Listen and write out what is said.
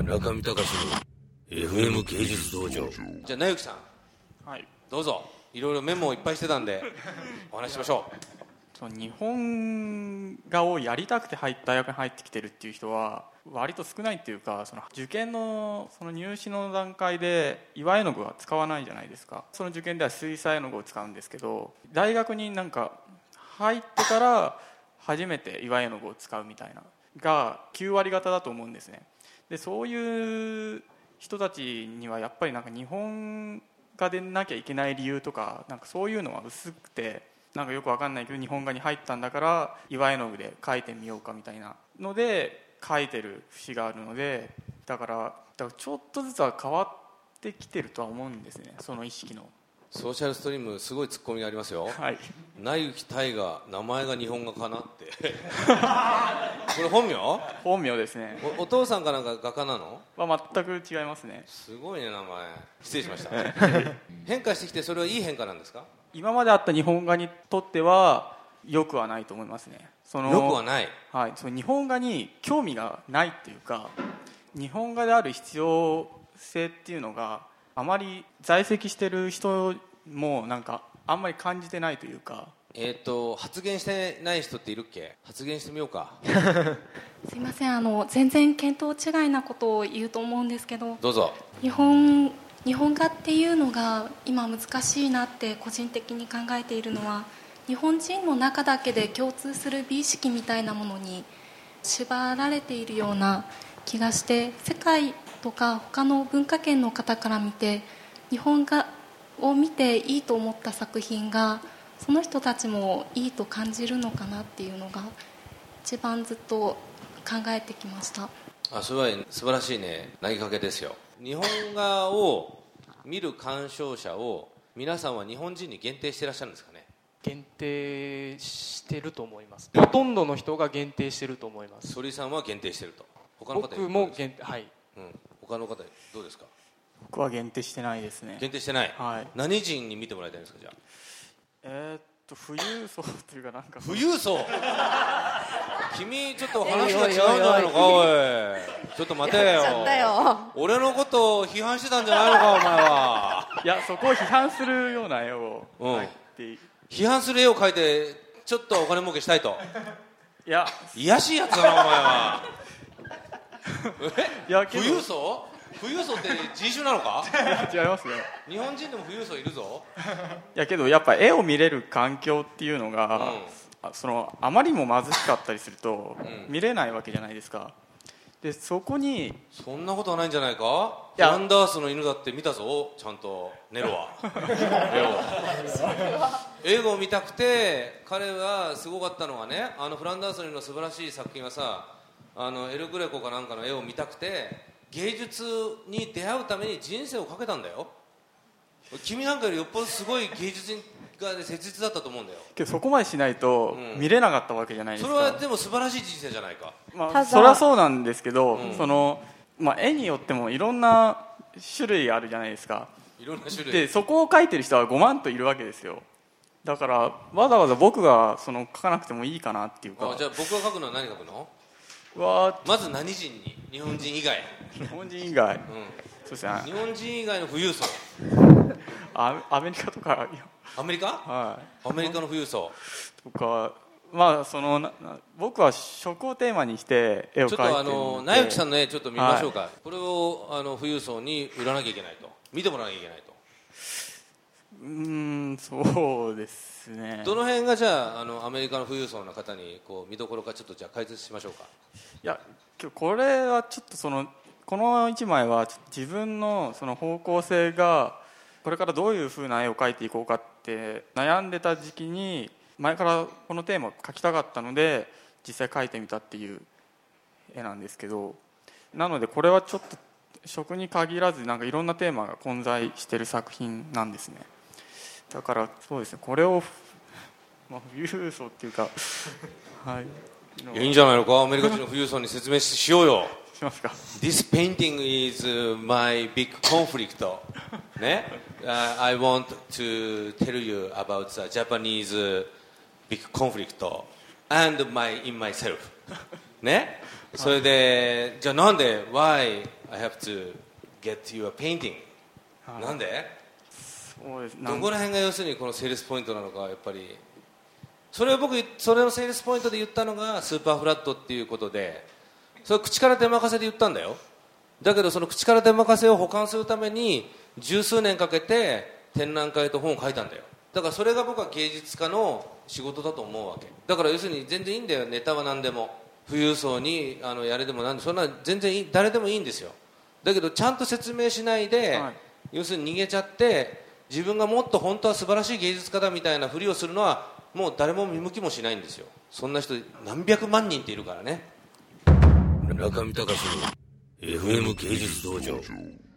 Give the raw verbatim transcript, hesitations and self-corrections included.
中見隆の エフエム 芸術道場。じゃあなゆきさん、 はい、 どうぞ。いろいろメモをいっぱいしてたんでお話ししましょう。日本画をやりたくて入大学に入ってきてるっていう人は割と少ないっていうか、その受験のその入試の段階で岩絵の具は使わないじゃないですか。その受験では水彩絵の具を使うんですけど、大学になんか入ってから初めて岩絵の具を使うみたいながきゅうわり方だと思うんですね。でそういう人たちにはやっぱりなんか日本画でなきゃいけない理由とか、なんかそういうのは薄くて、なんかよくわかんないけど日本画に入ったんだから岩絵の具で描いてみようかみたいなので描いてる節があるので、だから、だからちょっとずつは変わってきてるとは思うんですね、その意識の。 う。ソーシャルストリームすごいツッコミがありますよ。 はい。 なゆきたいが名前が日本画かなってこれ本名？ 本名ですね。 お, お父さんかなんか画家なの？ は全く違いますね。 すごいね、名前。失礼しました変化してきて、それはいい変化なんですか？ 今まであった日本画にとっては良くはないと思いますね。その良くはない、 はい、その日本画に興味がないっていうか、日本画である必要性っていうのがあまり在籍してる人もなんかあんまり感じてないというか。 えー、と発言してない人っているっけ？発言してみようかすいません、あの全然見当違いなことを言うと思うんですけど、 どうぞ。 日本日本画っていうのが今難しいなって個人的に考えているのは、日本人の中だけで共通する美意識みたいなものに縛られているような気がして、世界とか他の文化圏の方から見て日本画を見ていいと思った作品がその人たちもいいと感じるのかなっていうのが一番ずっと考えてきました。 あ、それは素晴らしいね、投げかけですよ。日本画を見る鑑賞者を皆さんは日本人に限定していらっしゃるんですかね？ 限定してると思います。ほとんどの人が限定してると思います。 反さんは限定してると。他の方僕も限定、はい、 うん、他の方どうですか？ 僕は限定してないですね。 限定してない、 はい、 何人に見てもらいたいんですか？じゃあえー、っと富裕層っていうか、なんか富裕層君ちょっと話が違うんじゃないのか？おいちょっと待てよ、俺のことを批判してたんじゃないのかお前は。 いや、そこを批判するような絵を描いて、うん、 批判する絵を描いてちょっとお金儲けしたいと。 いや、 卑しいやつだなお前はいや、 富裕層富裕層って人種なのか？ 違いますね。 日本人でも富裕層いるぞ。 いやけどやっぱ絵を見れる環境っていうのが、うん、そのあまりにも貧しかったりすると、うん、見れないわけじゃないですか。でそこにそんなことはないんじゃないか？フランダースの犬だって見たぞ、ちゃんとネロは絵を見たくて、彼はすごかったのはね、あのフランダースの犬の素晴らしい作品はさ、あのエル・グレコかなんかの絵を見たくて芸術に出会うために人生をかけたんだよ。君なんかよりよっぽどすごい芸術家で切実だったと思うんだよ。 けどそこまでしないと見れなかったわけじゃないですか、 うん、それはでも素晴らしい人生じゃないか。 まあ、それはそうなんですけど、うん、そのまあ、絵によってもいろんな種類あるじゃないですか。 いろんな種類でそこを描いてる人はごまんといるわけですよ。だからわざわざ僕がその描かなくてもいいかなっていうか。 あ、じゃあ僕が描くのは何描くの？ わまず何人に？日本人以外日本人以外、うん、そうですね、 日本人以外の富裕層ア, アメリカとか。 アメリカ？ はい、 アメリカの富裕層とか、まあそのな僕は食をテーマにして絵を描いてるので、 ちょっとあのなゆきさんの絵ちょっと見ましょうか、はい、これをあの富裕層に売らなきゃいけないと、見てもらわなきゃいけないと。 うーん、そうですね。 どの辺がじゃあ、あのアメリカの富裕層の方にこう見どころか、ちょっとじゃあ解説しましょうか。 いや、これはちょっとそのこのいちまいは自分のその方向性がこれからどういう風な絵を描いていこうかって悩んでた時期に、前からこのテーマを描きたかったので実際描いてみたっていう絵なんですけど、なのでこれはちょっと食に限らずなんかいろんなテーマが混在している作品なんですね。だからそうですね、これを、まあ、富裕層っていうかはい、 いや、いいんじゃないのか、アメリカ人の富裕層に説明しようよ。 しますか。 This painting is my big conflict ね、uh, I want to tell you about the Japanese big conflict and my in myself ね、 それでじゃあなんで Why I have to get you a painting、はい、なんでそうです。 どこら辺が要するにこのセールスポイントなのか。やっぱりそれを僕それのセールスポイントで言ったのがスーパーフラットっていうことで、それ口から出任せで言ったんだよ。だけどその口から出任せを補完するために十数年かけて展覧会と本を書いたんだよ。だからそれが僕は芸術家の仕事だと思うわけだから。要するに全然いいんだよ、ネタは何でも。富裕層にあのやれでもなんでそんな全然いい、誰でもいいんですよ。だけどちゃんと説明しないで、はい、要するに逃げちゃって自分がもっと本当は素晴らしい芸術家だみたいなふりをするのはもう誰も見向きもしないんですよ。そんな人何百万人っているからね。 中見隆の エフエム 芸術道場。